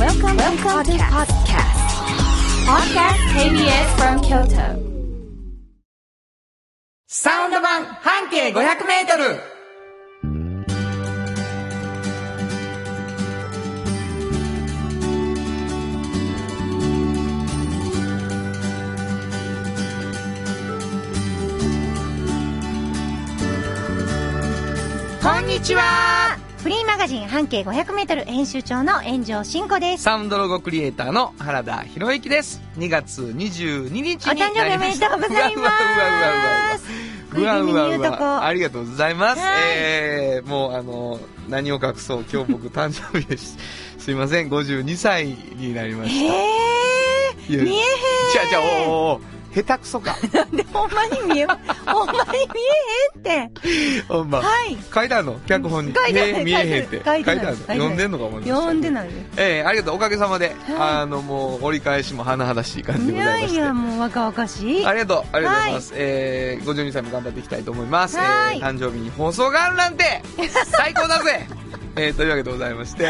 Welcome to podcast KBS from Kyoto. サウンド版半径500メートル。こんにちは。 フリーマガジン半径 500m 編集長の炎上真子です。 サウンドロゴクリエイターの原田博之です。2月22日になりました。 お誕生日おめでとうございます。 うわありがとうございます。もう何を隠そう、今日僕誕生日です。すいません、52歳になりました。 見えへん。 じゃあ下手くそか。 なんでほんまに見えへんって。 ほんま。 はい。 書いてあるの脚本に。見えへんって。書いてあるの。読んでんのか思いました。 読んでないありがとう。おかげさまで、もう折り返しも甚だしい感じでございまして。 いやもう若々しい。 ありがとうございます。52歳も頑張っていきたいと思います。誕生日に放送があるなんて最高だぜ。というわけでございまして、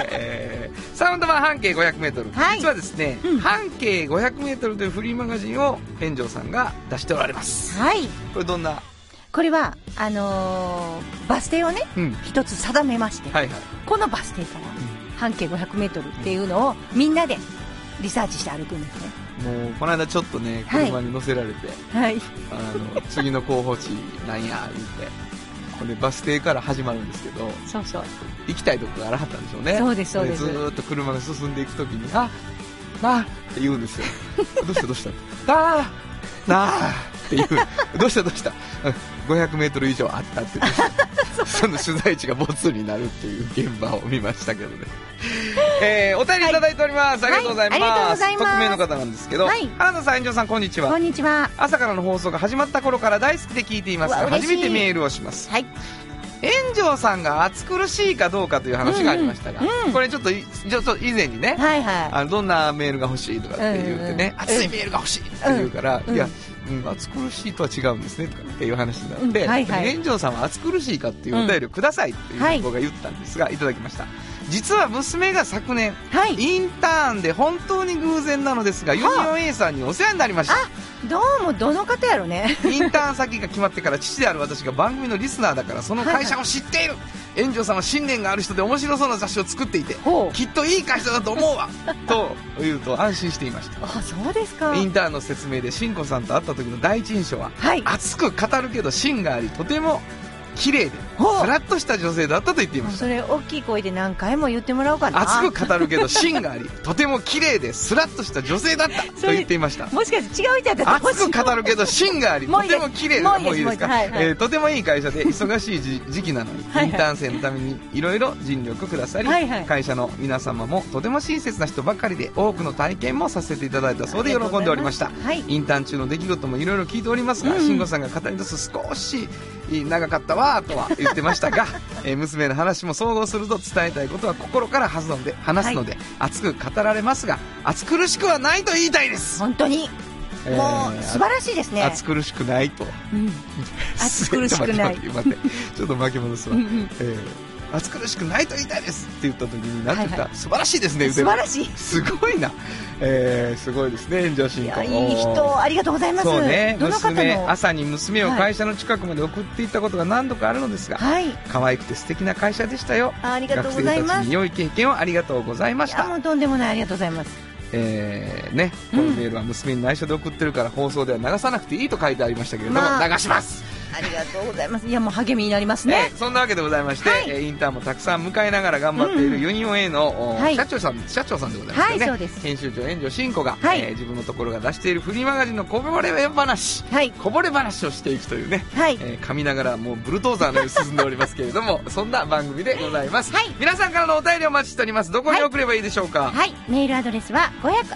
サウンド版半径 500m、実はですね、半径 500m というフリーマガジンを炎上さんが出しておられます。はい。これどんな？ これはバス停をね、一つ定めまして、このバス停から半径 500m っていうのをみんなでリサーチして歩くんですね。 もうこの間ちょっとね、車に乗せられて、次の候補地なんや言って。でバス停から始まるんですけど、そう行きたいところがあらはったんでしょうね。そうですそうです。ずーっと車が進んでいくときになあって言うんですよ。どうしたなあって言う。どうした500メートル以上あったって言ってその取材地がボツになるっていう現場を見ましたけどね。お便りいただいております。ありがとうございます。匿名の方なんですけど、原田さん、炎上さん、こんにちは。こんにちは。朝からの放送が始まった頃から大好きで聞いていますが、初めてメールをします。炎上さんが暑苦しいかどうかという話がありましたが、これちょっと以前にね、どんなメールが欲しいとかって言ってね、熱いメールが欲しいって言うから、いや暑苦しいとは違うんですねとかっていう話になって、炎上さんは暑苦しいかっていうお便りをくださいっていう僕が言ったんですが、いただきました。実は娘が昨年、インターンで本当に偶然なのですが、ユニオン A さんにお世話になりました。 どうもどの方やろね。 インターン先が決まってから父である私が番組のリスナーだからその会社を知っている、炎上さんは信念がある人で面白そうな雑誌を作っていてきっといい会社だと思うわと言うと安心していました。 そうですか。 インターンの説明で慎子さんと会った時の第一印象は、熱く語るけど芯がありとても綺麗でスラッとした女性だったと言っていました。 それ大きい声で何回も言ってもらおうかな。 熱く語るけど芯がありとても綺麗でスラッとした女性だったと言っていました。 もしかして違う人だったら熱く語るけど芯がありとても綺麗で、もういいですか。とてもいい会社で忙しい時期なのにインターン生のためにいろいろ尽力くださり、会社の皆様もとても親切な人ばかりで多くの体験もさせていただいたそうで喜んでおりました。インターン中の出来事もいろいろ聞いておりますが、慎吾さんが語り出す少し長かったわとは言ってましたが、娘の話も総合すると伝えたいことは心から話すので、熱く語られますが暑苦しくはないと言いたいです。 本当にもう素晴らしいですね。 暑苦しくないと、 暑苦しくないちょっと巻き戻すわ。暑苦しくないと言いたいですって言った時に何て言った、素晴らしいですね。 素晴らしい。 すごいな。すごいですね、炎上進行。 いい人、ありがとうございます。 そうね、朝に娘を会社の近くまで送っていったことが何度かあるのですが、可愛くて素敵な会社でしたよ。 ありがとうございます。 学生たちに良い経験をありがとうございました。 もうとんでもない、ありがとうございます。 このメールは娘に内緒で送ってるから放送では流さなくていいと書いてありましたけれども、流します。 ありがとうございます。いやもう励みになりますね。 そんなわけでございまして、インターンもたくさん迎えながら頑張っているユニオン A の、社長さんでございますね。そうです。編集長炎上真子が、自分のところが出しているフリーマガジンのこぼれ話、こぼれ話をしていくというね、噛みながらもうブルドーザーのように進んでおりますけれどもそんな番組でございます。皆さんからのお便りをお待ちしております。どこに送ればいいでしょうか。 メールアドレスは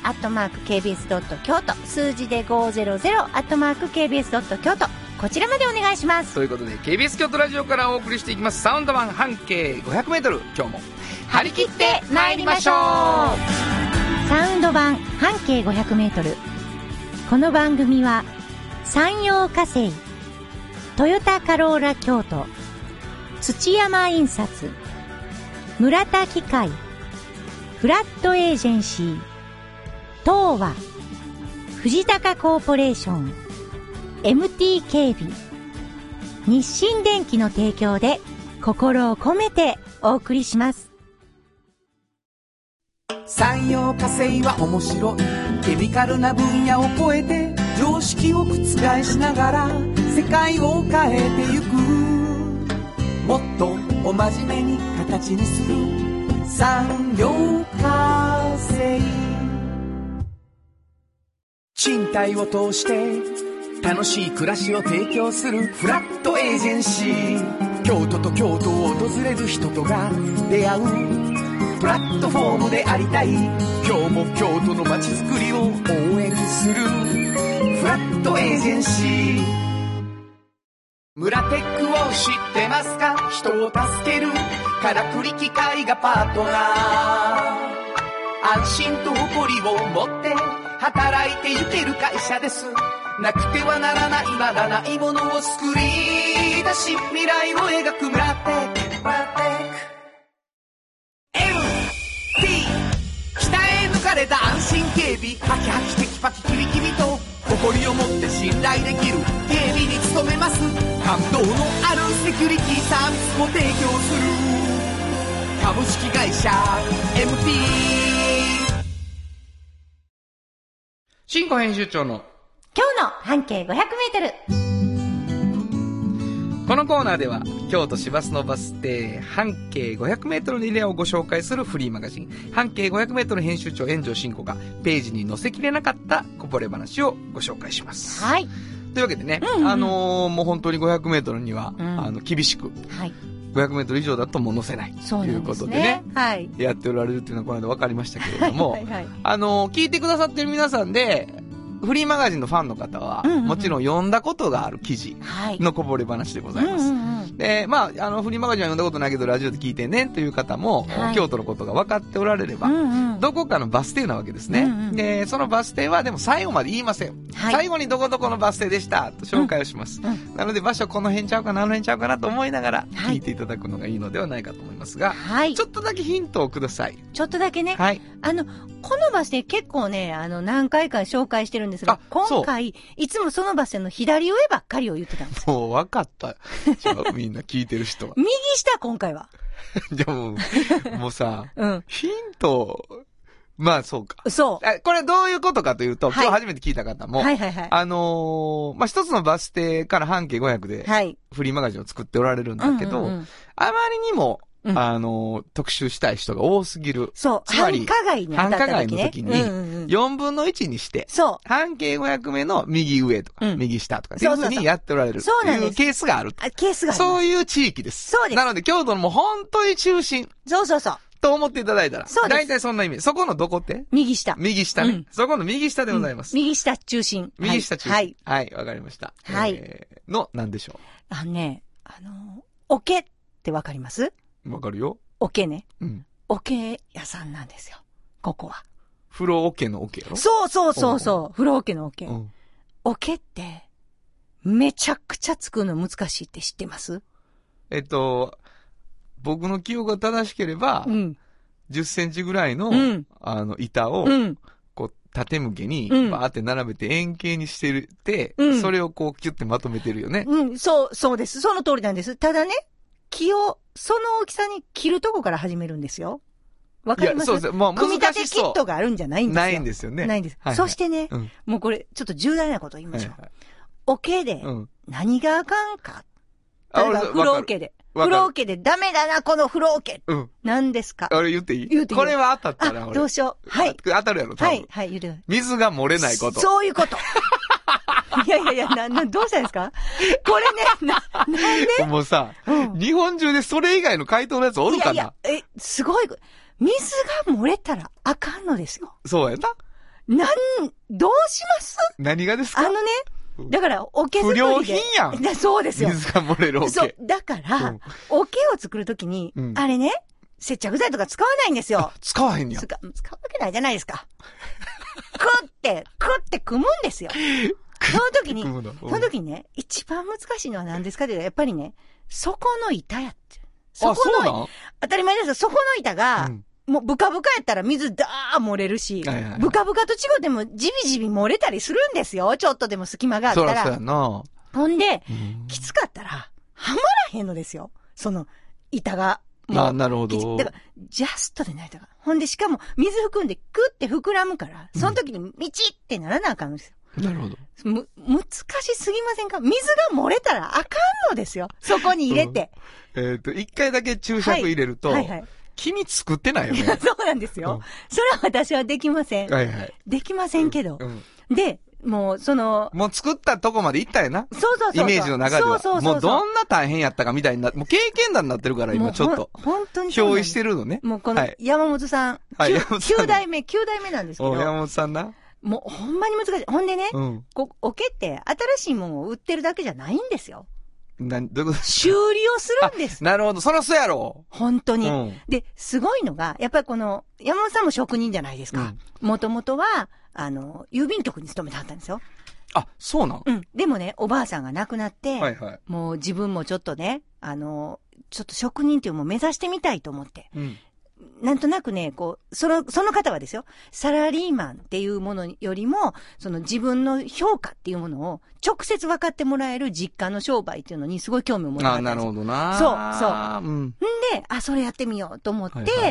500@kbs.kyoto 数字で 500@kbs.kyoto こちらまでお願いします。 ということで KBS 京都ラジオからお送りしていきますサウンド版半径 500m、 今日も張り切って参りましょう。 サウンド版半径 500m、 この番組は山陽火星、トヨタカローラ京都、土山印刷、村田機械、 フラットエージェンシー、東和、藤高コーポレーション、MT 警備、日清電機の提供で心を込めてお送りします。 産業化成は面白い。ケミカルな分野を超えて常識を覆しながら世界を変えてゆく。もっとお真面目に形にする産業化成。賃貸を通して楽しい暮らしを提供するフラットエージェンシー。京都と京都を訪れる人とが出会うプラットフォームでありたい。今日も京都の街づくりを応援するフラットエージェンシー。村テックを知ってますか？人を助けるからくり機械がパートナー。安心と誇りを持って働いてゆける会社です。なくてはならないまだないものを作り出し未来を描く村テック。北へ抜かれた安心警備、ハキハキテキパキキビキビと誇りを持って信頼できる警備に努めます。感動のあるセキュリティサービスも提供する株式会社 MT。 新語編集長の今日の半径500メートル。 このコーナーでは京都市バスのバス停半径500メートルのエリアをご紹介するフリーマガジン半径500メートル編集長炎上真子がページに載せきれなかったこぼれ話をご紹介します。 はい。 というわけでね、もう本当に500メートルには、厳しく、はい、500メートル以上だともう載せないということでね、はい、やっておられるっていうのはこの間分かりましたけれども、はいはいはい、聞いてくださってる皆さんでフリーマガジンのファンの方は、もちろん読んだことがある記事のこぼれ話でございます。で、まあ、フリーマガジンは読んだことないけどラジオで聞いてねという方も、はい、京都のことが分かっておられれば、どこかのバス停なわけですね。で、そのバス停はでも最後まで言いません。はい、最後にどこどこのバス停でしたと紹介をします。なので場所この辺ちゃうかな、あの辺ちゃうかなと思いながら聞いていただくのがいいのではないかと思いますが、はい、ちょっとだけヒントをください。 ちょっとだけね。 はい。 このバス停結構ね、何回か紹介してるんですが、今回、いつもそのバス停の左上ばっかりを言ってたんです。 もう分かった。みんな聞いてる人は。 右下、今回は。 じゃもうさ、ヒント、まあそうか。 そう。 これどういうことかというと、今日初めて聞いた方も、はいはいはい。まあ一つのバス停から半径500で、はい。フリーマガジンを作っておられるんだけど、あまりにも、特集したい人が多すぎる。 そう。 つまり、 繁華街に当たった時ね。 繁華街の時に、4分の1にして、そう。半径500目の右上とか、右下とか、っていう風にやっておられる。そうなんです。ケースがある。 ケースがある。 そういう地域です。 そうです。 なので、京都のもう本当に中心。 そうそうそう。 と思っていただいたら。 そうです。 大体そんな意味。そこのどこって？ 右下。 右下ね。そこの右下でございます。 右下中心。 右下中心。はい。はい、わかりました。はい。何でしょう？ 桶ってわかります？ わかるよ。 桶ね。桶屋さんなんですよ。ここは。 風呂桶の桶やろ？ そうそうそうそう。風呂桶の桶。桶って、めちゃくちゃ作るの難しいって知ってます？ 僕の記憶が正しければ、10センチぐらいの、板を、こう、縦向けに、バーって並べて円形にしてるって、それをこう、キュッてまとめてるよね。 そうです。その通りなんです。ただね、木を、その大きさに切るとこから始めるんですよ。わかります？そうです。もう組み立てキットがあるんじゃないんですよ。 ないんですよね。 ないんです。そしてね、もうこれ、ちょっと重大なこと言いましょう。桶で、何があかんか。例えば、風呂桶で。風呂桶でダメだな、この風呂桶。何ですか？ 俺言っていい？これは当たったら俺。 どうしよう。はい。 当たるやろ、多分。はい、言うて。水が漏れないこと。 そういうこと。いや、どうしたんですか？これね、なんで？ もうさ、日本中でそれ以外の回答のやつおるかな？いや、 すごい。水が漏れたらあかんのですよ。 そうやな。 どうします？ 何がですか？ だから、桶作りで。 不良品やん。 そうですよ。 水が漏れる桶。そう。 だから、桶を作るときに、あれね、接着剤とか使わないんですよ。 使わへんやん。 使うわけないじゃないですか。くって組むんですよ。その時にね、一番難しいのは何ですかって言うと、やっぱりね、そこの板やって。 そうなん？ 当たり前ですよ。そこの板が、 もうブカブカやったら水ダー漏れるし、はいはいはい、ブカブカと違ってもジビジビ漏れたりするんですよ。ちょっとでも隙間があったら。 そうやな。 ほんで、きつかったら、はまらへんのですよ。その、板が。 なるほど。 だから、ジャストでないとか。ほんで、しかも、水含んで、クって膨らむから、その時に、ミチってならなあかんのですよ。 なるほど。 難しすぎませんか？水が漏れたらあかんのですよ。そこに入れて。 一回だけ注釈入れると、はいはいはい、気に作ってないよね。 そうなんですよ。それは私はできません。はいはい。できませんけど。で、もう作ったとこまで行ったよな。 そう。 イメージの中では。そう。もうどんな大変やったかみたいな、もう経験談になってるから今ちょっと。 本当に。 憑依してるのね。 もうこの山本さん。はい。9代目なんですけど。 山本さんな。 もうほんまに難しい。ほんでね、桶って新しいものを売ってるだけじゃないんですよ。 どういうこと？ 修理をするんです。 なるほど。そらそうやろ。 本当に。で、すごいのが、やっぱり山本さんも職人じゃないですか。もともとは、郵便局に勤めてはったんですよ。 あ、そうなん？ でもね、おばあさんが亡くなって、はいはい、もう自分もちょっとね、ちょっと職人っていうのを目指してみたいと思って。なんとなくね、その方はですよ、サラリーマンっていうものよりも、自分の評価っていうものを直接分かってもらえる実家の商売っていうのにすごい興味を持ってたんですよ。 なるほどな。 そう。んで、それやってみようと思って、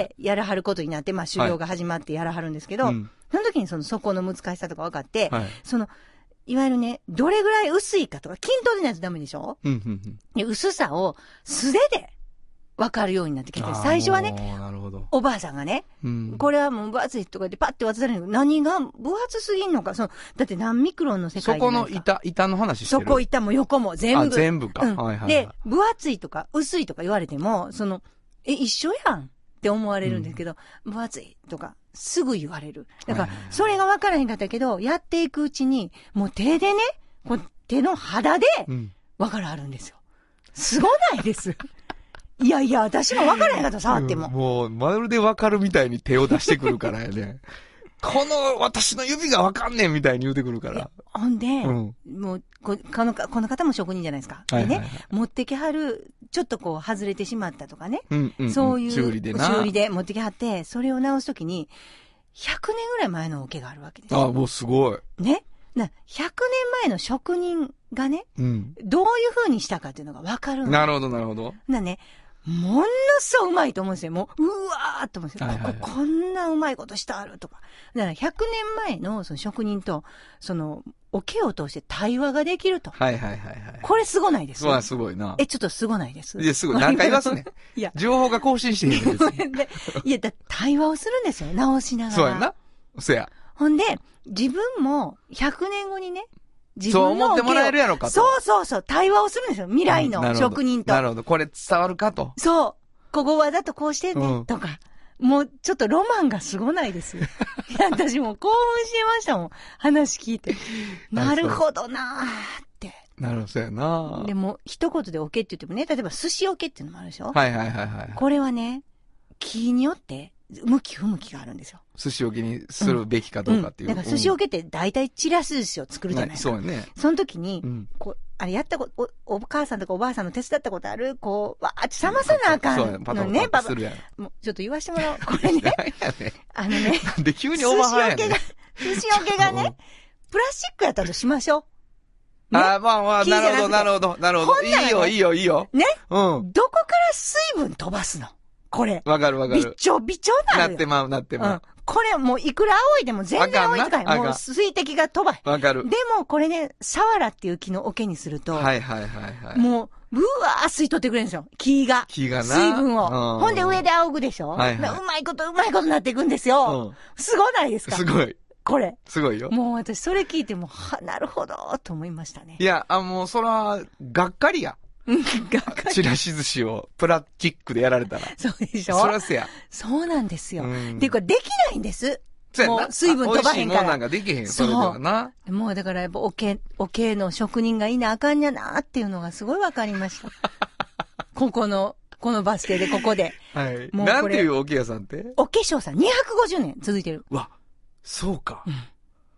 やらはることになって、修行が始まってやらはるんですけど、その時にそこの難しさとか分かって、いわゆるね、どれぐらい薄いかとか、均等でないとダメでしょ？で薄さを素手で分かるようになってきて、最初はね、おばあさんがね、これはもう分厚いとかでパッて渡されるの何が分厚すぎんのか、だって何ミクロンの世界で。 そこの板の話してる？ そこ板も横も全部。 全部か。はいはい。 で、分厚いとか薄いとか言われても、一緒やんって思われるんですけど、分厚いとか、すぐ言われる。だから、それが分からへんかったけど、やっていくうちに、もう手でね、手の肌で、分からはるんですよ。すごないです。いやいや、私も分からへんかった触っても。 もう、まるで分かるみたいに手を出してくるからやね。この、私の指が分かんねんみたいに言うてくるから。 ほんで、もう、この方も職人じゃないですか。でね、持ってきはる、ちょっと外れてしまったとかね。そういう。修理で持ってきはって、それを直すときに、100年ぐらい前の桶があるわけです。 もうすごい。 ね。100年前の職人がね、どういう風にしたかっていうのが分かる。 なるほど、なるほど。 ね、ものすごいうまいと思うんですよ。もう、うわーって思うんですよ。こんなうまいことしてあるとか。だから100年前のその職人と、桶を通して対話ができると。 はい。 これすごないですか？ すごいな。 ちょっとすごないです。 いや、すごい。何回言いますね。いや。情報が更新しているんですね。 いや、対話をするんですよ。直しながら。 そうやな。そうや。 ほんで、自分も100年後にね、 そう思ってもらえるやろかと。 そう。対話をするんですよ。未来の職人と。 なるほど。これ伝わるかと。 そう。ここわざとこうしてね、とか。もうちょっとロマンがすごないです。いや、私も興奮してましたもん。話聞いて。なるほどなーって。 なるほど、そうやな。 でも、一言で桶って言ってもね、例えば寿司桶っていうのもあるでしょ？ はい。 これはね、木によって、向き不向きがあるんですよ。 寿司桶にするべきかどうかっていう。 だから寿司桶って大体チラシ寿司を作るじゃないですか。そうね。その時に、やったこと、お母さんとかおばあさんの手伝ったことある？わーって冷まさなあかんのね、パパ。もうちょっと言わしてもらおう。これね。 なんで急におばはんやねん。 寿司桶がね、プラスチックやったとしましょう。 まあ、なるほど。いいよ。 ね。どこから水分飛ばすの？これ。 わかる。 びちょびちょなるよ。 なってまう。 これもういくら青いでも全然青いとかもう水滴が飛ばわかる。 でもこれね、サワラっていう木の桶にすると。 はい。 もう、うわー吸い取ってくれるんですよ。木がな。水分を。ほんで上で仰ぐでしょ？うまいことなっていくんですよ。すごないですか？ すごい。 これ。 すごいよ。 もう私それ聞いても、なるほど、と思いましたね。 いや、もうそら、がっかりや。ちらし寿司をプラスチックでやられたら。 そうでしょ？ そらせや。 そうなんですよ。っていうか、できないんです。もう水分飛ばへんから。美味しいもんなんかできへん。それではな。 もうだからやっぱおけの職人がいなあかんやなっていうのがすごいわかりました。このバス停でここで。 はい。なんていうおけ屋さんって？ おけ商さん250年続いてる。 わ、そうか。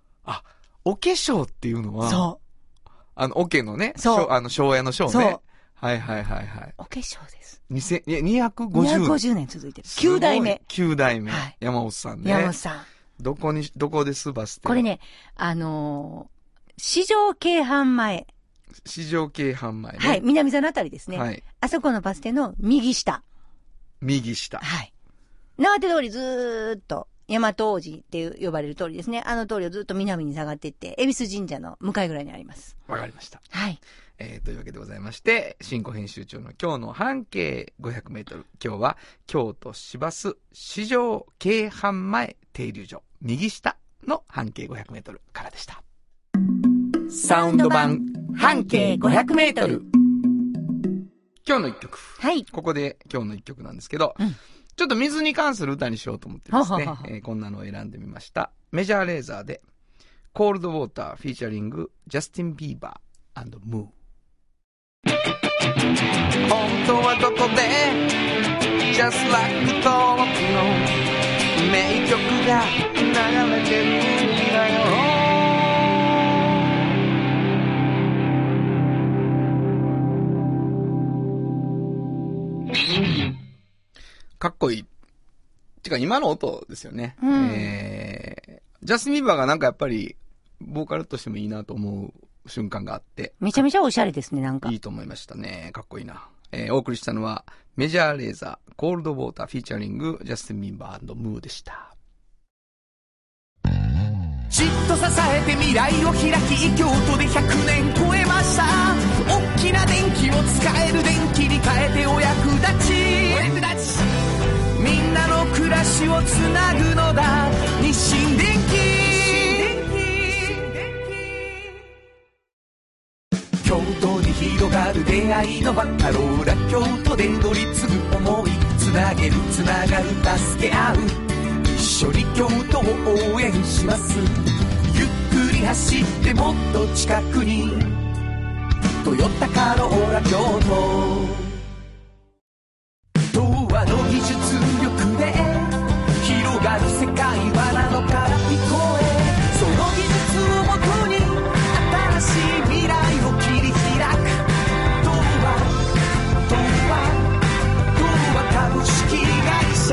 おけ商っていうのは。 そう。 おけのね。そう。庄屋の庄ね。 はいはいはいはい。 お化粧です。 250 年続いてる。9代目。 9代目。はい、山本さんね。 山本さん。 どこですバス停？ これね、市場京阪前。 市場京阪前ね。 はい、南座のあたりですね。 はい。 あそこのバス停の右下。 右下。 はい。長手通りずーっと、大和王子っていう呼ばれる通りですね。あの通りをずっと南に下がっていって、恵比寿神社の向かいぐらいにあります。 わかりました。 はい。 というわけでございまして、新庫編集長の今日の半径500メートル。今日は京都市バス市場京阪前停留所右下の半径500メートルからでした。サウンド版半径500メートル。今日の一曲。 はい。 ここで今日の一曲なんですけど、ちょっと水に関する歌にしようと思ってですね、こんなのを選んでみました。メジャーレーザーで、コールドウォーターフィーチャリング、ジャスティン・ビーバー&ムー。本当はどこで Just like 登録の名曲が流れてるんだよ。かっこいい。てか今の音ですよね。ジャスティン・ビーバーがなんかやっぱりボーカルとしてもいいなと思う瞬間があって。 めちゃめちゃおしゃれですね、なんか。 いいと思いましたね。かっこいいな。お送りしたのはメジャーレーザー、コールドウォーターフィーチャリング、ジャスティン・ビーバー&ムーでした。 じっと支えて未来を開き、京都で100年超えました。大きな電気を使える電気に変えてお役立ち、みんなの暮らしをつなぐのだ、日清電気。京都に広がる出会いのバカローラ京都で乗り継ぐ思い、つなげるつながる助け合う、一緒に京都を応援します。ゆっくり走ってもっと近くに、トヨタカローラ京都。童話の技術力で広がる世界はなのから聞こえ、その技術をもとに新しい未来を切り開く。童話株式会社。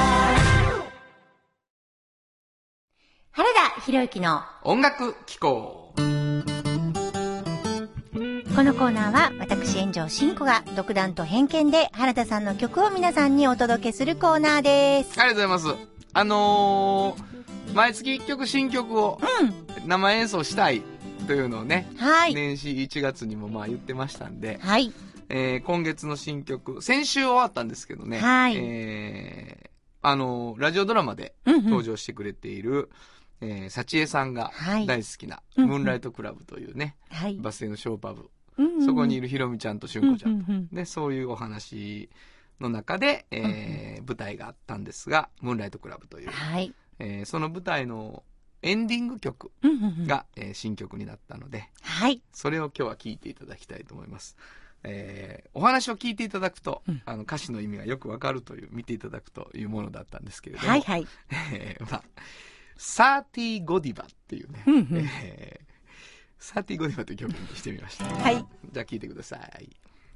原田博之の音楽機構。 このコーナーは私炎上真子が独断と偏見で原田さんの曲を皆さんにお届けするコーナーです。 ありがとうございます。毎月1曲新曲を生演奏したいというのをね、 はい、 年始1月にもまあ言ってましたんで、 はい、 今月の新曲、先週終わったんですけどね、 はい、 ラジオドラマで登場してくれている、幸恵さんが大好きな、ムーンライトクラブというね、 はい、 バス停のショーパブ、そこにいるひろみちゃんとしゅんこちゃんと、ね、そういうお話の中で、舞台があったんですが、ムーンライトクラブという、 はい、 その舞台のエンディング曲が、新曲になったので、 はい、 それを今日は聴いていただきたいと思います。お話を聞いていただくと、歌詞の意味がよくわかるという、見ていただくというものだったんですけれども、 はいはい、 サーティゴディバっていうね、サーティゴディバという曲にしてみました。 はい。 じゃあ聴いてください。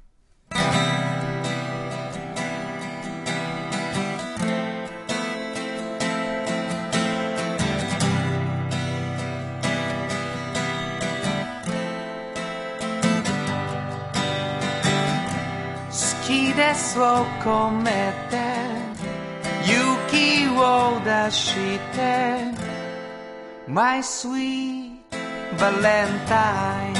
好きですを込めて勇気を出してMy sweet Valentine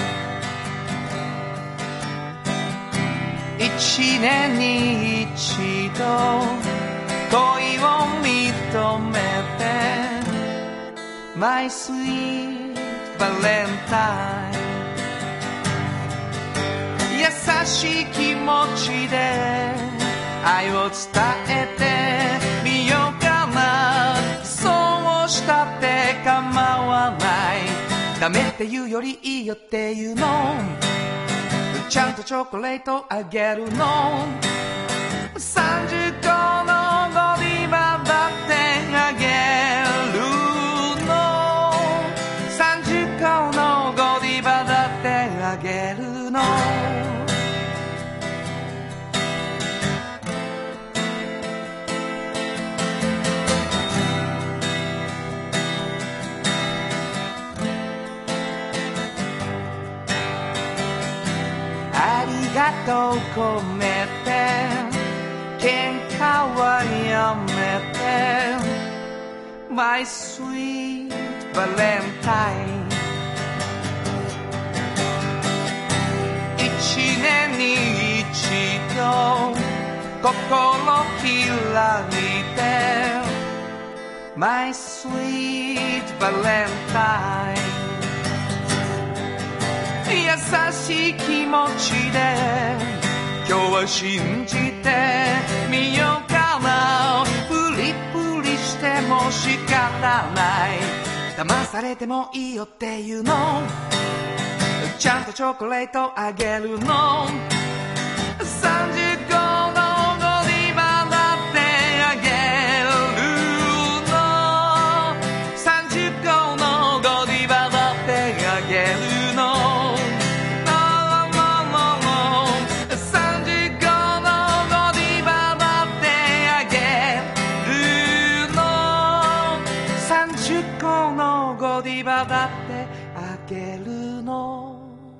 一年に一度恋を認めて My sweet Valentine 優しい気持ちで愛を伝えてみようかな。そうしたって構わない。ダメって言うよりいいよっていうの。ちゃんとチョコレートあげるの。30個のゴディバだってあげるの。30個のゴディバだってあげるの。 がとう込めて喧嘩はやめて My sweet Valentine 一年に一度心開いて My sweet Valentine 優しい気持ちで今日は信じてみようかなプリプリしても仕方ない騙されてもいいよっていうのちゃんとチョコレートあげるの35のゴディバだってあげるの35のゴディバだってあげるのゴディバだってあげるの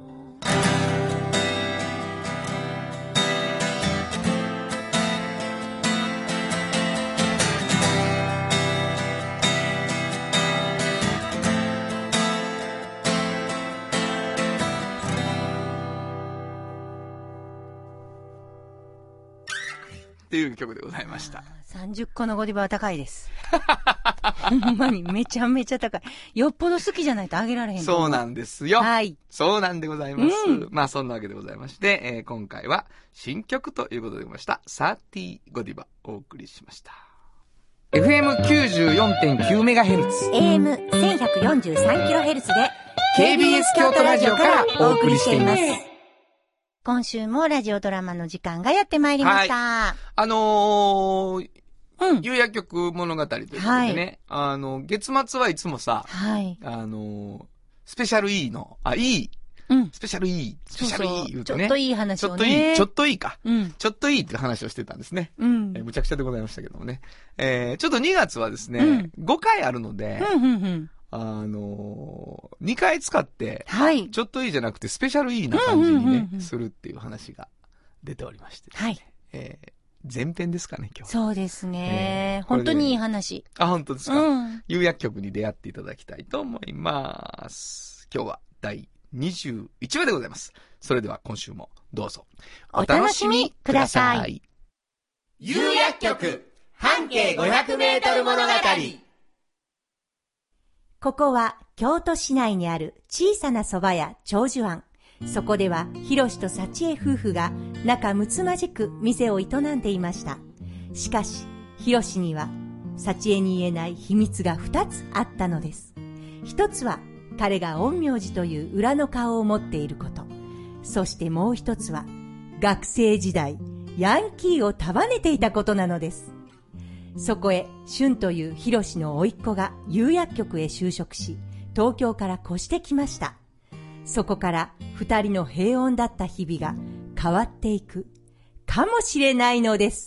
っていう曲でございました。 30個のゴディバは高いです。ほんまにめちゃめちゃ高い。よっぽど好きじゃないとあげられへん。 そうなんですよ。 はい。 そうなんでございます。まあそんなわけでございまして、今回は新曲ということでございました。30ゴディバお送りしました。FM94.9MHz AM1143kHz で KBS 京都ラジオからお送りしています。 今週もラジオドラマの時間がやってまいりました。 はい、有薬局物語ということでね、はい、月末はいつもさ、はい、スペシャル E の、スペシャル E、スペシャル E 言うとね。 ちょっといい話をね。ちょっといいか。ちょっといいって話をしてたんですね。むちゃくちゃでございましたけどもね。ちょっと2月はですね、5回あるので、2回使って、はい、ちょっといいじゃなくてスペシャル E な感じにね、するっていう話が出ておりまして、ね。はい。前編ですかね、今日。 そうですね。本当にいい話。 本当ですか。有薬局に出会っていただきたいと思います。今日は第21話でございます。それでは今週もどうぞお楽しみください。 有薬局半径500メートル物語。 ここは京都市内にある小さな蕎麦屋長寿庵。そこではひろしと幸恵夫婦が仲睦まじく店を営んでいました。しかしひろしには幸恵に言えない秘密が2つあったのです。一つは彼が陰陽師という裏の顔を持っていること。そしてもう一つは学生時代ヤンキーを束ねていたことなのです。そこへ俊というひろしの甥っ子が有薬局へ就職し、東京から越してきました。そこから二人の平穏だった日々が変わっていくかもしれないのです。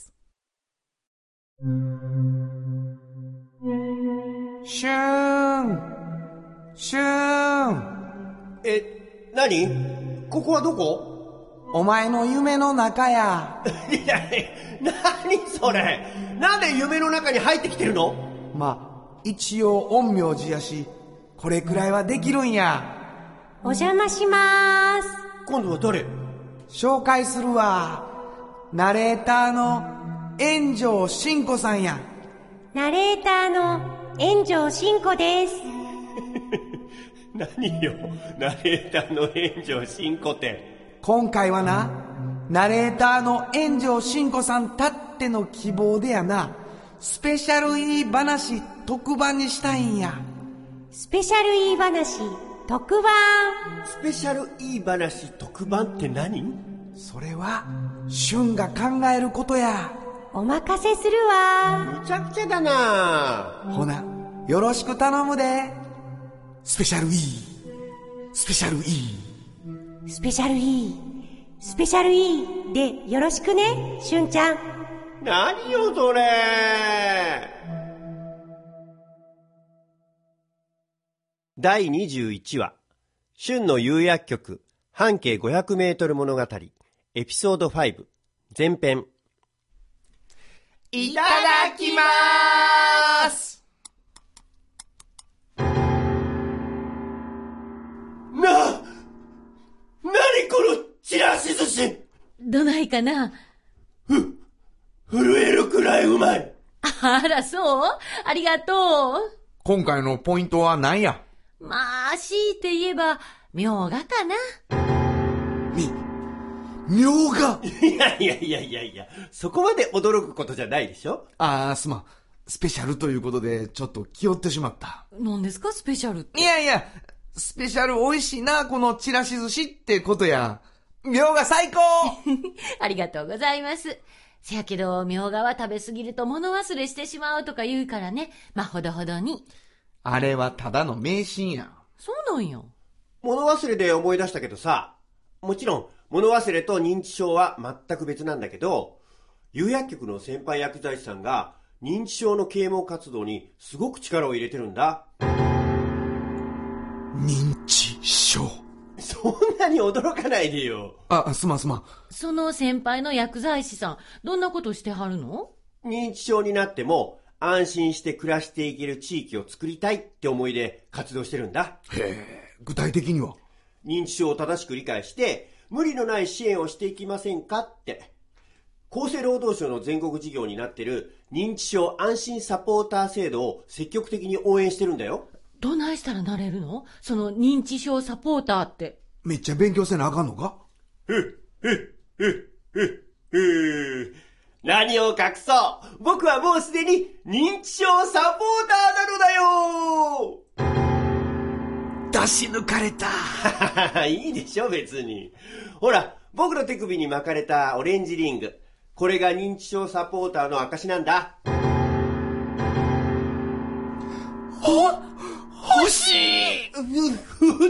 シューンシューン。 何？ここはどこ？ お前の夢の中や。 いや、何それ？なんで夢の中に入ってきてるの？ まあ、一応陰陽師やし、これくらいはできるんや。 お邪魔しまーす。 今度は誰？ 紹介するわ。ナレーターの炎上真子さんや。 ナレーターの炎上真子です。 何よ、ナレーターの炎上真子って。 今回はな、ナレーターの炎上真子さんたっての希望でやな、スペシャル E 話特番にしたいんや。 スペシャル E 話特番。 スペシャル E 話特番って何？ それは俊が考えることや。 お任せするわ。 むちゃくちゃだな。 ほな、よろしく頼むで。スペシャル E、スペシャル E、 スペシャル E、スペシャル E でよろしくね、俊ちゃん。 何よそれ。第21話、俊の有薬局半径500メートル物語エピソード5前編。いただきまーす。なにこのちらし寿司。 どないかな。 震えるくらいうまい。 あら、そう？ありがとう。 今回のポイントは何や？ まあ、強いて言えば、みょうがかな。 みょうが？ いや、そこまで驚くことじゃないでしょ？ すまん。スペシャルということで、ちょっと気負ってしまった。 何ですか、スペシャルって。 いや、スペシャル美味しいな、このちらし寿司ってことや。みょうが最高ありがとうございます。せやけど、みょうがは食べすぎると物忘れしてしまうとか言うからね。まあ、ほどほどに。 あれはただの迷信や。 そうなんや。 物忘れで思い出したけどさ、もちろん、物忘れと認知症は全く別なんだけど、有薬局の先輩薬剤師さんが認知症の啓蒙活動にすごく力を入れてるんだ。 認知症。 そんなに驚かないでよ。 すまん。 その先輩の薬剤師さん、どんなことしてはるの？ 認知症になっても安心して暮らしていける地域を作りたいって思いで活動してるんだ。 へえ、具体的には？ 認知症を正しく理解して無理のない支援をしていきませんかって。厚生労働省の全国事業になってる認知症安心サポーター制度を積極的に応援してるんだよ。 どないしたらなれるの？その認知症サポーターって。 めっちゃ勉強せなあかんのか？ 何を隠そう。僕はもうすでに認知症サポーターなのだよ。 出し抜かれた。 いいでしょ別に。ほら、僕の手首に巻かれたオレンジリング。これが認知症サポーターの証なんだ。 欲しい。 二人とも。 ええやん、それ。ど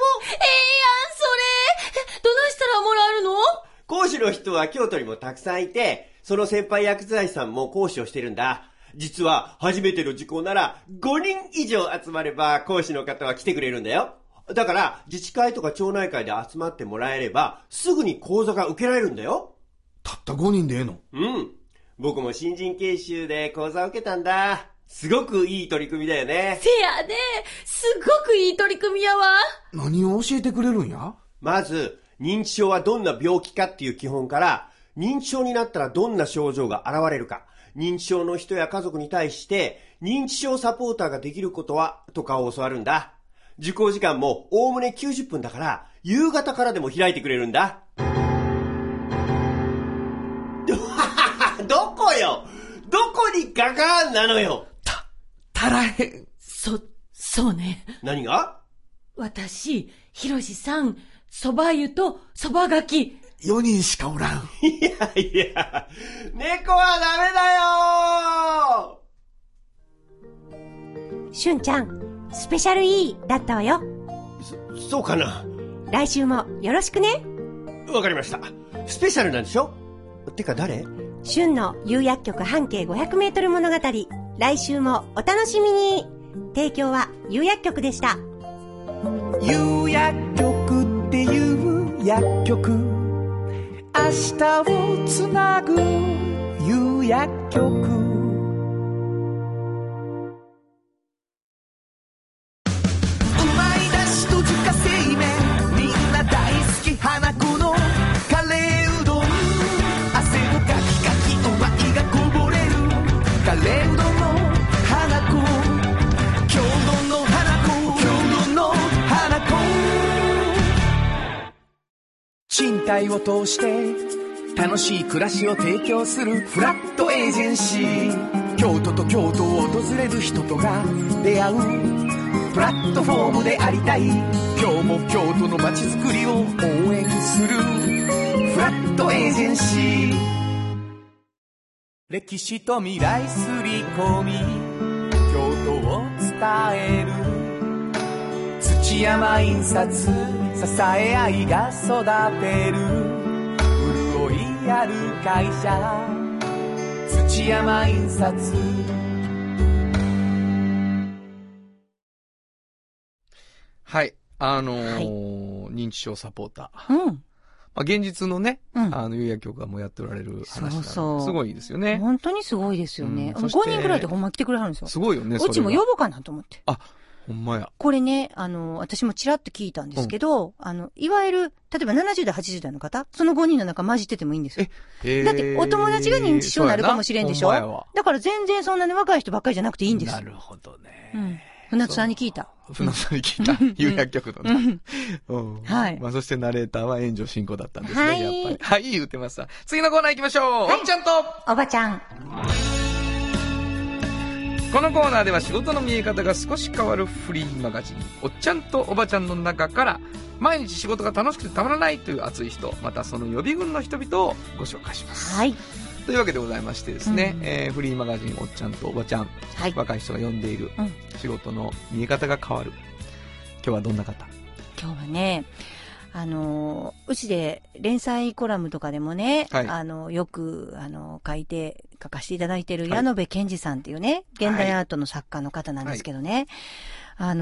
ないしたらもらえるの？ 講師の人は京都にもたくさんいて、その先輩薬剤師さんも講師をしてるんだ。実は初めての受講なら5人以上集まれば講師の方は来てくれるんだよ。だから自治会とか町内会で集まってもらえればすぐに講座が受けられるんだよ。 たった5人でええの？ うん。僕も新人研修で講座を受けたんだ。すごくいい取り組みだよね。 せやね。すごくいい取り組みやわ。 何を教えてくれるんや？ まず、認知症はどんな病気かっていう基本から、認知症になったらどんな症状が現れるか、認知症の人や家族に対して、認知症サポーターができることは、とかを教わるんだ。受講時間もおおむね90分だから、夕方からでも開いてくれるんだ。どこよ？どこにガガーンなのよ？ 足らへん。 そうね。 何が？ 私、ひろしさん、蕎麦湯と蕎麦がき。 4人しかおらん。 いや、猫はダメだよ。しゅんちゃん、スペシャル E だったわよ。 そうかな。 来週もよろしくね。 わかりました。スペシャルなんでしょ？てか誰？ しゅんの有薬局半径500メートル物語。来週もお楽しみに。提供は有薬局でした。 有薬局っていう薬局、明日をつなぐ有薬局。花子のカレーうどん、汗のかきかきうまいがこぼれるカレーうどんの花子、郷土の花子、郷土の花子。賃貸を通して楽しい暮らしを提供するフラットエージェンシー、京都と京都を訪れる人とが出会うプラットフォームでありたい。今日も京都の街づくりを応援するフラットエージェンシー。歴史と未来すり込み、京都を伝える土山印刷、支え合いが育てる潤いある会社、土山印刷。 はい。認知症サポーター。 現実のね、有薬局がもうやっておられる話なんで。そう。すごいですよね。 本当にすごいですよね。5人ぐらいでほんま来てくれはるんですよ。 すごいよね、 うちも呼ぼうかなと思って。 ほんまや。 これね、私もちらっと聞いたんですけど、いわゆる、例えば70代、80代の方、その5人の中混じっててもいいんですよ。だって、お友達が認知症になるかもしれんでしょ。だから全然そんなに若い人ばっかりじゃなくていいんです。 なるほどね。 船津さんに聞いた。 船津さんに聞いた。有薬局のね。はい。そしてナレーターは援助進行だったんですね、やっぱり。はい、言ってました。次のコーナー行きましょう。おっちゃんとおばちゃん。 このコーナーでは仕事の見え方が少し変わるフリーマガジンおっちゃんとおばちゃんの中から毎日仕事が楽しくてたまらないという熱い人、またその予備軍の人々をご紹介します。 はい。 というわけでございましてですね、フリーマガジンおっちゃんとおばちゃん、はい、若い人が読んでいる仕事の見え方が変わる。今日はどんな方？ 今日はね、うちで連載コラムとかでもね、はい、よく、書かせていただいている矢野部健二さんっていうね、現代アートの作家の方なんですけどね、はい、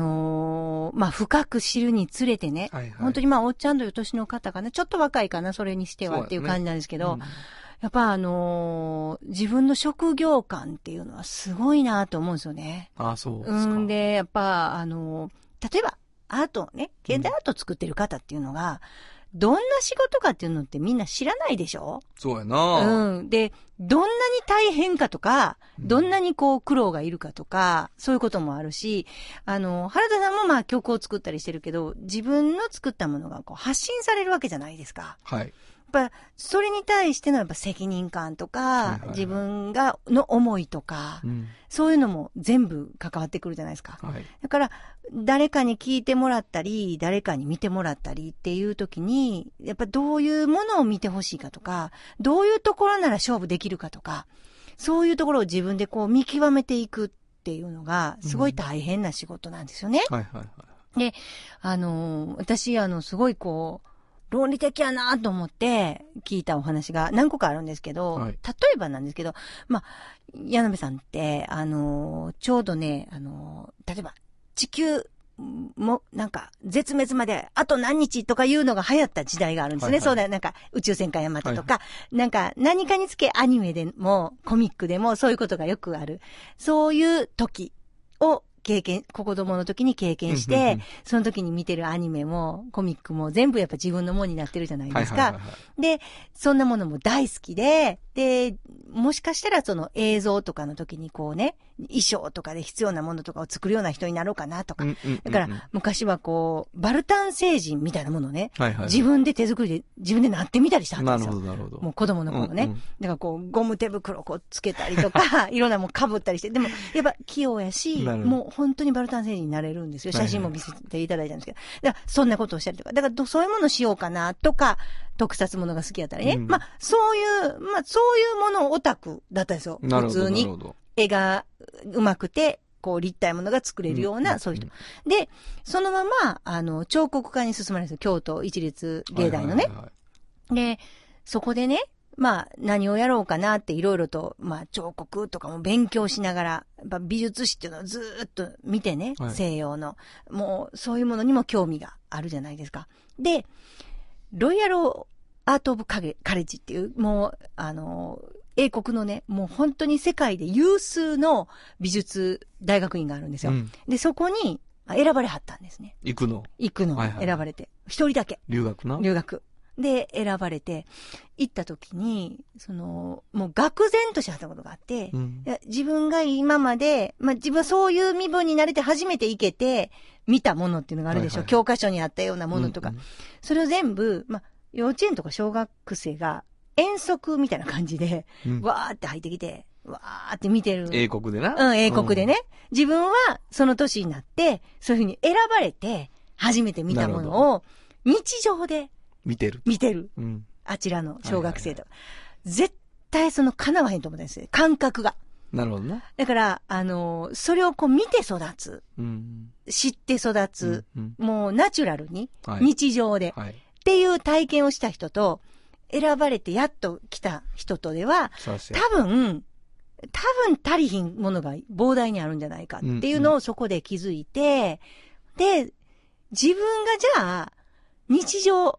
深く知るにつれてね、はいはい、本当におっちゃんという年の方がね、ちょっと若いかな、それにしてはっていう感じなんですけど、やっぱ自分の職業観っていうのはすごいなと思うんですよね。 そうですか。 で、やっぱ、例えば、アートね、現代アート作ってる方っていうのが、どんな仕事かっていうのってみんな知らないでしょ？ そうやな。 で、どんなに大変かとか、どんなに苦労がいるかとか、そういうこともあるし、原田さんも曲を作ったりしてるけど、自分の作ったものが発信されるわけじゃないですか。 はい。 やっぱ、それに対してのやっぱ責任感とか、自分の思いとか、そういうのも全部関わってくるじゃないですか。はい、だから、誰かに聞いてもらったり、誰かに見てもらったりっていう時に、やっぱどういうものを見てほしいかとか、どういうところなら勝負できるかとか、そういうところを自分で見極めていくっていうのが、すごい大変な仕事なんですよね。 はいはいはい。 で、私、すごい論理的やなと思って聞いたお話が何個かあるんですけど、はい、例えばなんですけど、矢野部さんって、ちょうどね、例えば、地球も、絶滅まであと何日とかいうのが流行った時代があるんですね。はいはい、そうだ、宇宙戦艦ヤマトとか、何かにつけアニメでも、コミックでもそういうことがよくある。そういう時を、子供の時に経験して、その時に見てるアニメもコミックも全部やっぱ自分のものになってるじゃないですか。で、そんなものも大好きで、もしかしたらその映像とかの時に衣装とかで必要なものとかを作るような人になろうかなとか。だから昔はバルタン星人みたいなものをね、自分で手作りで自分でなってみたりしたんですよ。 なるほど。 もう子供の頃ね。だからゴム手袋つけたりとか、いろんなもん被ったりして、でもやっぱ器用やし、もう本当にバルタン星人になれるんですよ。写真も見せていただいたんですけど。だからそんなことをしたりとか。だからそういうものをしようかなとか、特撮ものが好きやったりね。そういうものをオタクだったんですよ。普通に。絵が上手くて、立体ものが作れるような、そういう人。で、そのまま、彫刻家に進まれるんですよ。京都一律芸大のね。で、そこでね、何をやろうかなっていろいろと、彫刻とかも勉強しながら、美術史っていうのをずーっと見てね、西洋の。もう、そういうものにも興味があるじゃないですか。で、ロイヤルアートオブカレッジっていう、もう、英国のね、もう本当に世界で有数の美術大学院があるんですよ。で、そこに選ばれはったんですね。 行くの、 選ばれて。一人だけ。 留学。 で、選ばれて、行った時に、もう愕然としはったことがあって、自分が今まで、自分はそういう身分になれて初めて行けて、見たものっていうのがあるでしょ。教科書にあったようなものとか。それを全部、幼稚園とか小学生が遠足みたいな感じで、わーって入ってきて、わーって見てる。 英国でな。 英国でね。自分はその年になって、そういうふうに選ばれて、初めて見たものを、日常で見てる。あちらの小学生と。絶対叶わへんと思ったんですよ。感覚が。 なるほどね。 だから、それを見て育つ。知って育つ。もうナチュラルに、日常で。っていう体験をした人と、選ばれてやっと来た人とでは、多分足りひんものが膨大にあるんじゃないかっていうのをそこで気づいて、で、自分がじゃあ、日常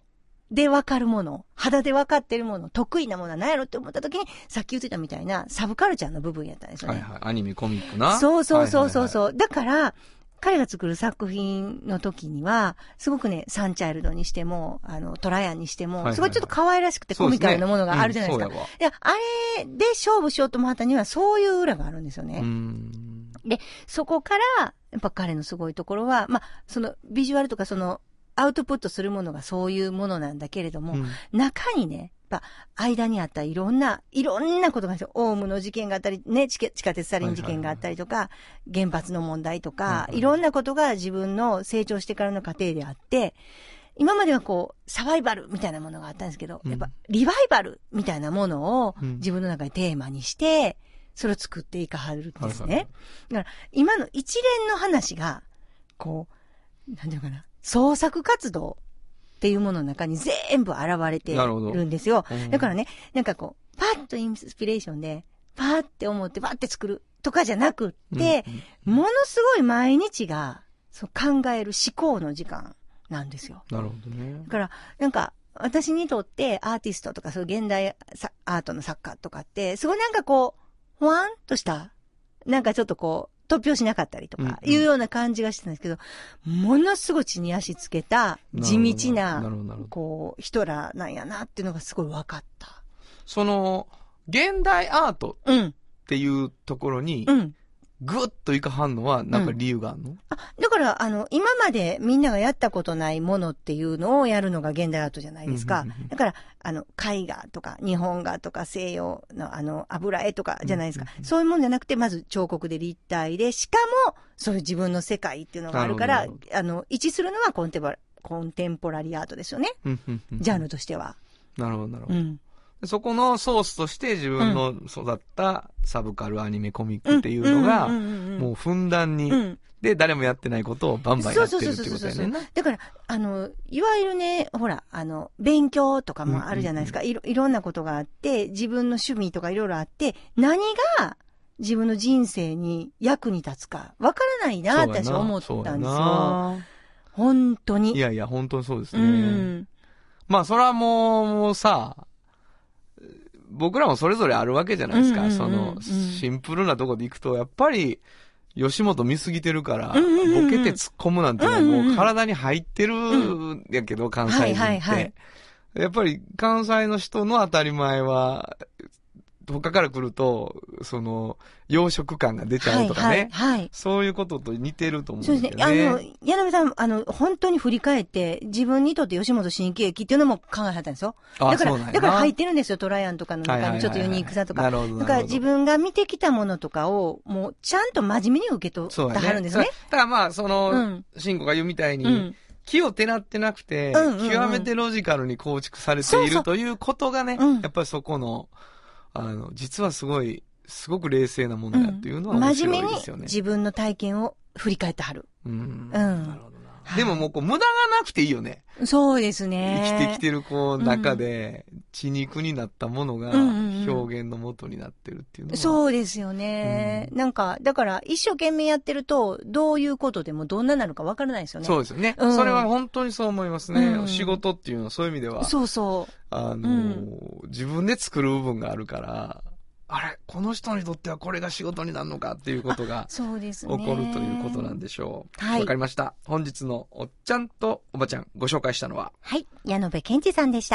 でわかるもの、肌でわかってるもの、得意なものは何やろって思った時に、さっき言ってたみたいなサブカルチャーの部分やったんですよね。 はいはい。アニメ、コミックな。 そうそうそうそうそう。だから、彼が作る作品の時には、すごくね、サンチャイルドにしても、トライアンにしても、すごいちょっと可愛らしくてコミカルなものがあるじゃないですか。いや、あれで勝負しようと思ったには、そういう裏があるんですよね。で、そこから、やっぱ彼のすごいところは、まあ、その、ビジュアルとかアウトプットするものがそういうものなんだけれども、中にね、やっぱ、間にあったいろんなことがあるんですよ。オウムの事件があったり、ね、地下鉄サリン事件があったりとか、原発の問題とか、いろんなことが自分の成長してからの過程であって、今まではサバイバルみたいなものがあったんですけど、やっぱ、リバイバルみたいなものを自分の中でテーマにして、それを作っていかはるんですね。だから、今の一連の話が、なんていうかな、創作活動っていうものの中に全部現れてるんですよ。だからね、なんかパッとインスピレーションで、パッって思ってパッて作るとかじゃなくって、ものすごい毎日が考える思考の時間なんですよ。 なるほどね。 だから、なんか、私にとってアーティストとかそういう現代アートの作家とかって、すごいなんかほわんとした、なんかちょっと突拍しなかったりとか、いうような感じがしてたんですけど、ものすごい地に足つけた、地道な、人らなんやなっていうのがすごい分かった。 現代アートっていうところに、ぐっといかはんのは、なんか理由があるの？ だから、今までみんながやったことないものっていうのをやるのが現代アートじゃないですか。だから、絵画とか日本画とか西洋の油絵とかじゃないですか。そういうもんじゃなくて、まず彫刻で立体で、しかも、そういう自分の世界っていうのがあるから、位置するのはコンテンポラリーアートですよね。ジャンルとしては。 なるほど、なるほど。そこのソースとして自分の育ったサブカルアニメコミックっていうのが、もうふんだんに、で、誰もやってないことをバンバンやってるっていうことだよね。 だから、いわゆるね、ほら、勉強とかもあるじゃないですか。いろんなことがあって、自分の趣味とかいろいろあって、何が自分の人生に役に立つか、わからないなって私思ったんですよ。本当に。 いやいや、本当にそうですね。まあ、それはもうさ、僕らもそれぞれあるわけじゃないですか。シンプルなとこで行くと、やっぱり、吉本見すぎてるから、ボケて突っ込むなんてのはもう体に入ってるんやけど、関西人って。やっぱり関西の人の当たり前は、他から来ると、養殖感が出ちゃうとかね。そういうことと似てると思うんですよね。そうですね。 柳部さん、本当に振り返って、自分にとって吉本新喜劇っていうのも考えはったんですよ。だから入ってるんですよ、トライアンとかの中にちょっとユニークさとか。だから自分が見てきたものとかを、もうちゃんと真面目に受け取ってはるんですね。 だからまあ、慎吾が言うみたいに、気をてらってなくて、極めてロジカルに構築されているということがね、やっぱりそこの、実はすごく冷静なものだっていうのは面白いですよね。 真面目に自分の体験を振り返ってはる。 なるほどな。でももう無駄がなくていいよね。 そうですね。 生きてきてる中で、血肉になったものが表現の元になってるっていうのは。 そうですよね。なんか、だから一生懸命やってると、どういうことでもどんななるかわからないですよね。 そうですよね。それは本当にそう思いますね。仕事っていうのはそういう意味では。 そうそう。 自分で作る部分があるから、あれこの人にとってはこれが仕事になるのかっていうことが起こるということなんでしょう。はい。わかりました。本日のおっちゃんとおばちゃんご紹介したのは、 はい。矢野部健二さんでした。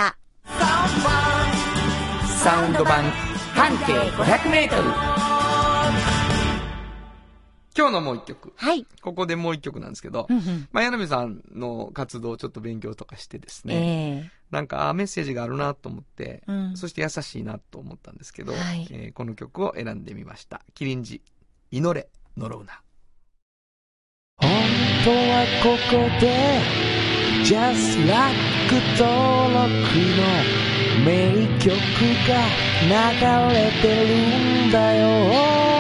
サウンド版半径500メートル。 今日のもう一曲。 はい。 ここでもう一曲なんですけど、柳部さんの活動をちょっと勉強とかしてですね、なんかメッセージがあるなと思って、そして優しいなと思ったんですけど、この曲を選んでみました。キリンジ、祈れ、呪うな。 本当はここで Just Like 登録の名曲が流れてるんだよ。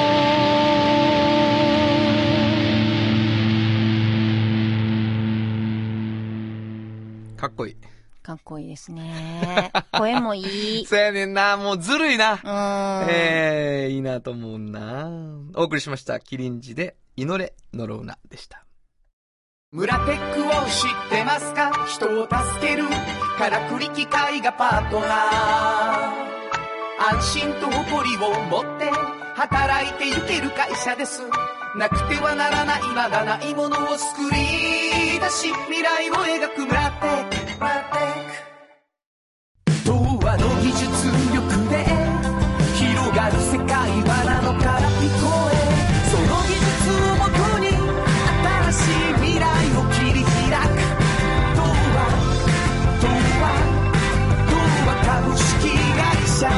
かっこいい。 かっこいいですね。声もいい。 そうやねんな。もうずるいな。いいなと思うな。お送りしました。キリンジで祈れ、呪うなでした。 村テックを知ってますか？人を助けるからくり機械がパートナー。安心と誇りを持って働いていける会社です。なくてはならないまだないものを作り出し未来を描くブラテック。東和の技術力で広がる世界はなのから聞こえ。その技術をもとに新しい未来を切り開く。東和株式会社。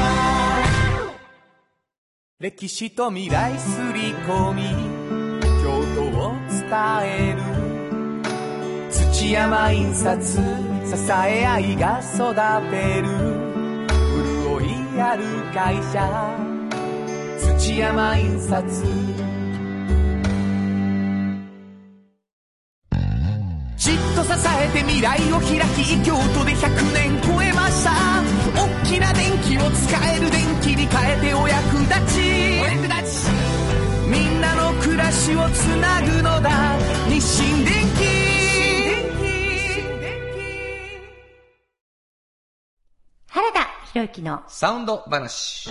歴史と未来すり込み京都を伝える。土山印刷支え合いが育てる潤いある会社土山印刷。じっと支えて未来を開き京都で100年超えました。大きな電気を使える電気に変えてお役立ち。みんなの暮らしをつなぐのだ日清電気。 原田博之のサウンド話。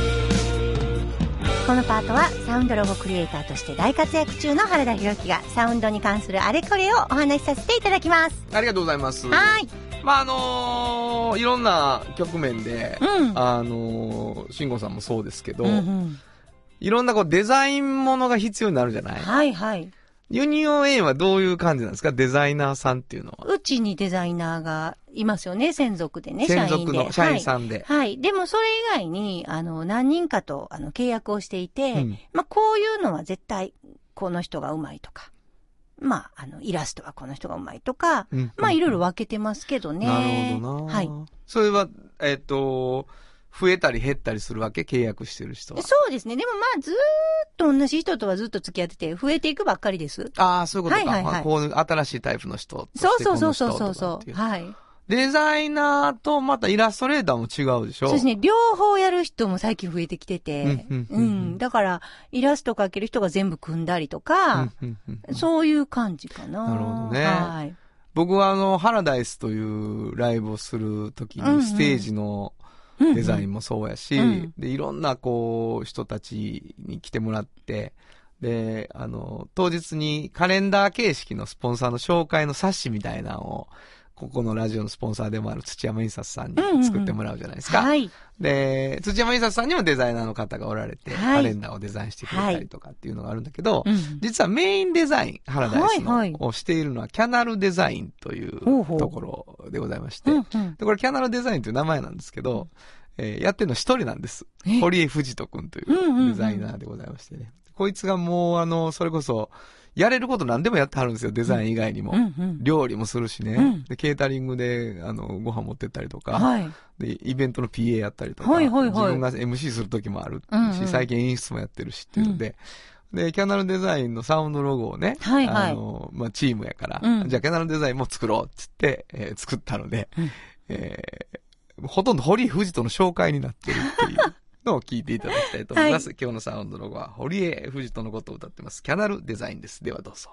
このパートはサウンドロゴクリエイターとして大活躍中の原田博之がサウンドに関するあれこれをお話しさせていただきます。 ありがとうございます。 はい。 まあいろんな局面で、慎吾さんもそうですけど、いろんなこうデザインものが必要になるじゃない。 はいはい。 ユニオン A はどういう感じなんですか、デザイナーさんっていうのは。 うちにデザイナーがいますよね、専属でね、 専属の社員さんで。 はい。はい。でもそれ以外に、何人かと、契約をしていて、まあ、こういうのは絶対、この人がうまいとか、まあ、イラストはこの人がうまいとか、まあ、いろいろ分けてますけどね。 なるほどな。はい。それは、増えたり減ったりするわけ、契約してる人は。 そうですね。でもまあずーっと同じ人とはずっと付き合ってて、増えていくばっかりです。 ああ、そういうことか。 はいはいはい。 まあ、こういう新しいタイプの人としてそうそう。 はい。 デザイナーとまたイラストレーターも違うでしょ。 そうですね。両方やる人も最近増えてきてて。だから、イラスト描ける人が全部組んだりとか、そういう感じかな。 なるほどね。 はい。 僕はハラダイスというライブをするときにステージのデザインもそうやし、で、いろんなこう人たちに来てもらって、で、当日にカレンダー形式のスポンサーの紹介の冊子みたいなのを、ここのラジオのスポンサーでもある土山印刷さんに作ってもらうじゃないですか。はい。で、土山印刷さんにもデザイナーの方がおられて、カレンダーをデザインしてくれたりとかっていうのがあるんだけど、実はメインデザイン、ハラダイスのをしているのはキャナルデザインというところでございまして、でこれキャナルデザインという名前なんですけど、やってるの一人なんです。堀江藤人くんというデザイナーでございましてね。こいつがもうそれこそ、やれること何でもやってはるんですよ、デザイン以外にも。料理もするしね。で、ケータリングで、ご飯持ってったりとか、で、イベントの PA やったりとか、自分が MC する時もあるし、最近演出もやってるしっていうので、で、キャナルデザインのサウンドロゴをね、まあ、チームやから、じゃあキャナルデザインも作ろうっつって、作ったので、ほとんど堀江藤人の紹介になってるっていう。のを聞いていただきたいと思います。今日のサウンドロゴは堀江藤人のことを歌ってます。キャナルデザインです。ではどうぞ。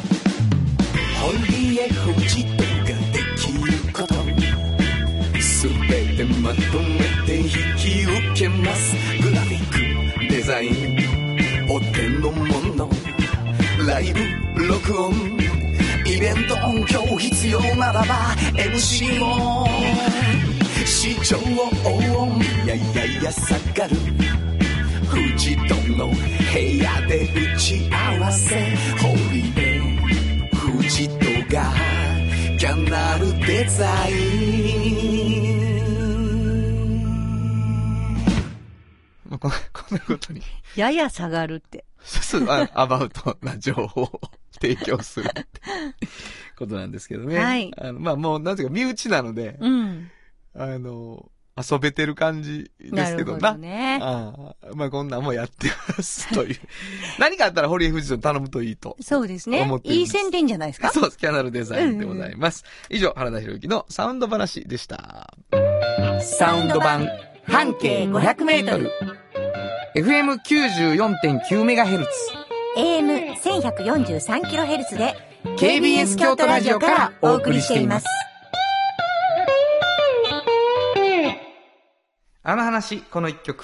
堀江藤人ができることすべてまとめて引き受けます。グラフィックデザインお手の物ライブ録音イベント音響必要ならば MC も市長を応援や下がる藤戸の部屋で打ち合わせ堀江藤戸がキャナルデザインこんなことにやや下がるってアバウトな情報を提供するってことなんですけどね。はい。まあもうなんていうか身内なので、遊べてる感じですけどな。 なるほどね。 まあこんなんもやってますという。何かあったら堀江藤人に頼むといいと。 そうですね。いい宣伝じゃないですか。 そうです。キャナルデザインでございます。以上、原田博之のサウンド話でした。 サウンド版半径500メートル。 FM94.9MHz。 AM1143kHz で KBS 京都ラジオからお送りしています。 あの話この一曲。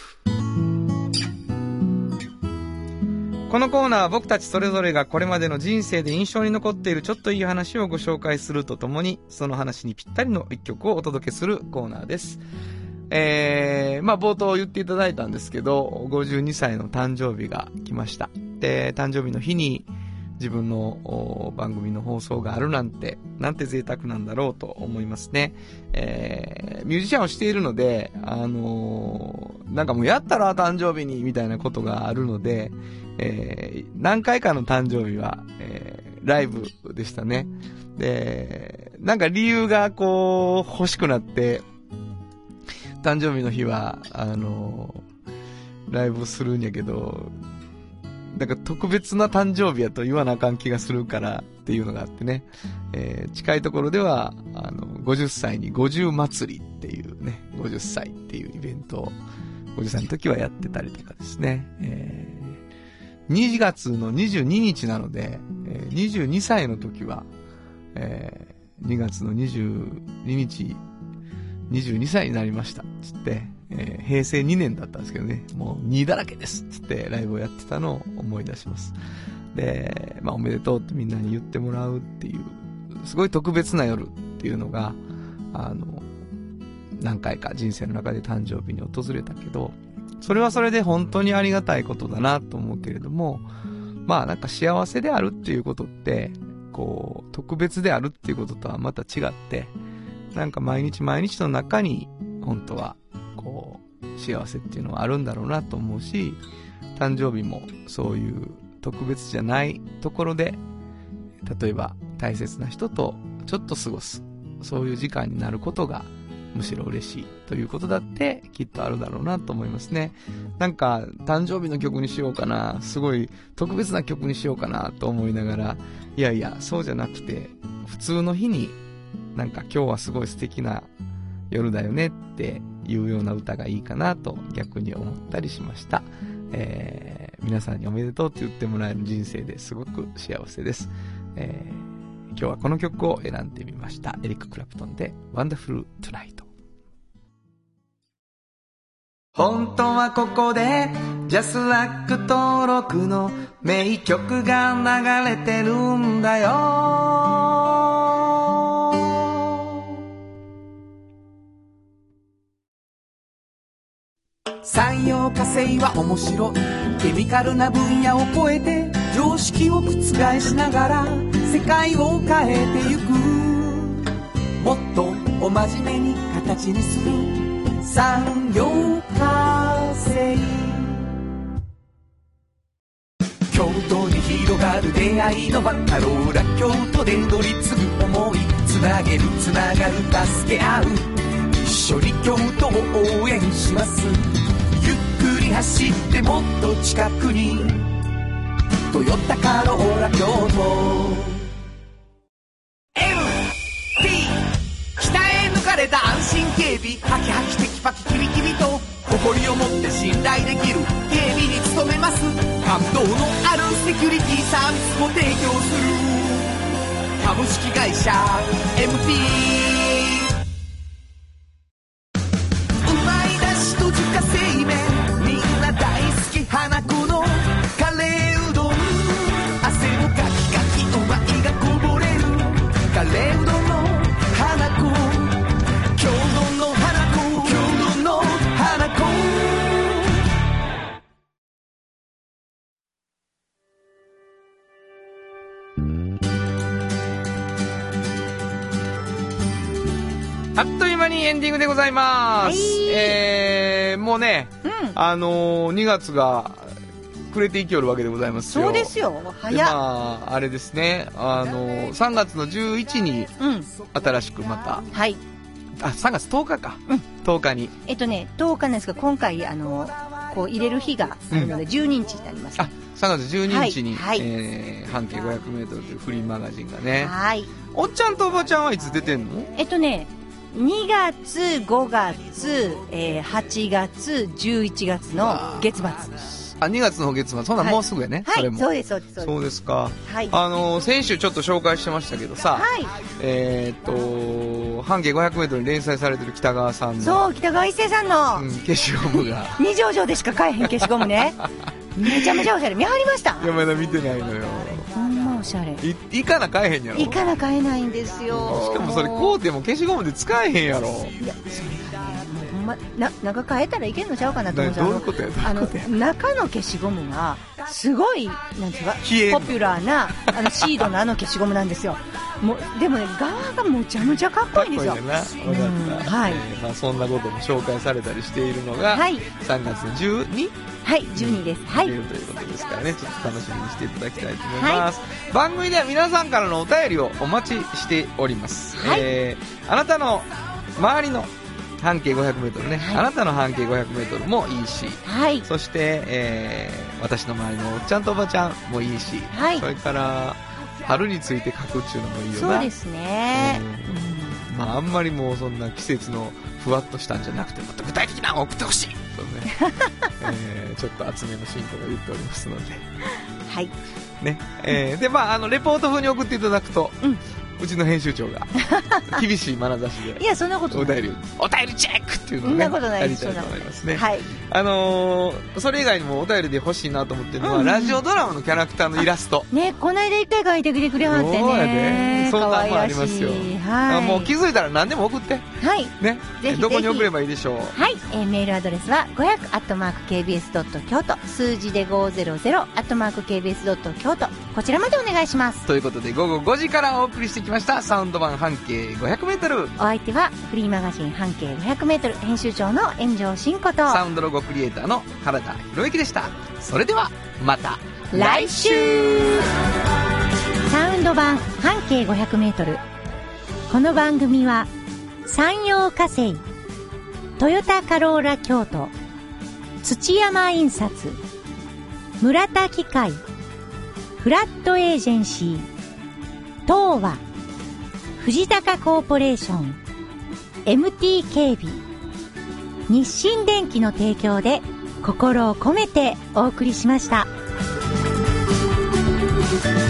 このコーナーは僕たちそれぞれがこれまでの人生で印象に残っているちょっといい話をご紹介するとともに、その話にぴったりの一曲をお届けするコーナーです。冒頭言っていただいたんですけど、52歳の誕生日が来ました。で、誕生日の日に自分の番組の放送があるなんて贅沢なんだろうと思いますね。ミュージシャンをしているので、なんかもうやったら誕生日にみたいなことがあるので、何回かの誕生日は、ライブでしたね。で、なんか理由がこう欲しくなって、誕生日の日はライブするんやけど、なんか特別な誕生日やと言わなあかん気がするからっていうのがあってね、近いところでは50歳に50祭りっていうね、50歳っていうイベントを50歳の時はやってたりとかですね、2月の22日なので、22歳の時は、2月の22日22歳になりましたつって、平成2年だったんですけどね、もう2だらけですつってライブをやってたのを思い出します。で、おめでとうってみんなに言ってもらうっていうすごい特別な夜っていうのが何回か人生の中で誕生日に訪れたけど、それはそれで本当にありがたいことだなと思うけれども、なんか幸せであるっていうことってこう特別であるっていうこととはまた違って、なんか毎日毎日の中に本当はこう幸せっていうのはあるんだろうなと思うし、誕生日もそういう特別じゃないところで、例えば大切な人とちょっと過ごす、そういう時間になることがむしろ嬉しいということだってきっとあるだろうなと思いますね。なんか誕生日の曲にしようかな、すごい特別な曲にしようかなと思いながら、いやいやそうじゃなくて、普通の日になんか今日はすごい素敵な夜だよねっていうような歌がいいかなと逆に思ったりしました。皆さんにおめでとうって言ってもらえる人生ですごく幸せです。今日はこの曲を選んでみました。エリック・クラプトンで Wonderful Tonight。 本当はここでジャスラック登録の名曲が流れてるんだよ。 産業化成は面白い。ケミカルな分野を超えて常識を覆しながら世界を変えてゆく。もっとお真面目に形にする産業化成。京都に広がる出会いのバカローラ京都で乗り継ぐ思い、つなげるつながる助け合う、一緒に京都を応援します。ゆっくり走ってもっと近くにトヨタカローラ京都。 MT 北へ抜かれた安心警備、ハキハキテキパキキビキビと誇りを持って信頼できる警備に努めます。感動のあるセキュリティサービスも提供する株式会社 MT。花子のカレーうどん、汗をかきかきうまいがこぼれるカレーうどんの花子、郷土の花子、郷土の花子。 あっという間にエンディングでございます。もうね、2月が暮れていきよるわけでございますよ。 そうですよ。早っ。 あれですね、3月の11に新しくまた、 はい。 3月10日か。10日に。 10日なんですが、今回こう入れる日があるので12日になります、ね。 3月12日に、 はい半径 500m というフリーマガジンがね。 はい。 おっちゃんとおばちゃんはいつ出てんの ？2月、5月、8月、11月の月末。 2月の月末、そんなもうすぐやね。 はい、 それも。 そうです、そうです。 そうですか。 はい。 先週ちょっと紹介してましたけどさ、 はい。 半径 500m に連載されてる北川さんの、 そう北川一生さんの、 消しゴムが二条城でしか買えへん消しゴムねめちゃめちゃおしゃれ。見張りました？ いやまだ見てないのよ。 ほんまおしゃれ。 いかな買えへんやろ。 いかな買えないんですよ。 しかもそれ買うても消しゴムで使えへんやろ。 いやそれがねもうほんま中変えたらいけんのちゃうかなと思う。 どういうことや。 中の消しゴムがすごいなんていうかポピュラーなシードの消しゴムなんですよ。もうでもね側がむちゃむちゃかっこいいんですよ。 かっこいいな。分かった。はい。そんなことも紹介されたりしているのが、はい、3月の12。 はい、12です。はい。 ということですからね、ちょっと楽しみにしていただきたいと思います。はい、番組では皆さんからのお便りをお待ちしております。はい、あなたの周りの半径 500m ね、はい、あなたの半径 500m もいいし、はい、そして、私の周りのおっちゃんとおばちゃんもいいし、はい、それから春について書くっていうのもいいよな。 そうですね。 まああんまりもうそんな季節のふわっとしたんじゃなくてもっと具体的なのを送ってほしいとね、ちょっと厚めの進行が言っておりますので、 はいね、でまあレポート風に送っていただくと、うちの編集長が厳しい眼差しでいやそんなことない。 お便りチェックっていうのをね、やりたいと思いますね。はい、それ以外にもお便りで欲しいなと思ってるのは、ラジオドラマのキャラクターのイラストね。この間一回描いてきてくれはってね。 そんなんもありますよ。はい、もう気づいたら何でも送って。 はいね。ぜひどこに送ればいいでしょう。 はい、メールアドレスは 500@kbs.kyoto 数字で 500@kbs.kyoto こちらまでお願いします。 ということで午後5時からお送りしてきましたサウンド版半径 500m。 お相手はフリーマガジン半径 500m 編集長の炎上真子とサウンドロゴクリエイターの原田博之でした。それではまた来週。サウンド版半径 500m。 この番組は山陽火星、トヨタカローラ京都、土山印刷、村田機械、フラットエージェンシー、東和、藤高コーポレーション、MT 警備、日清電機の提供で心を込めてお送りしました。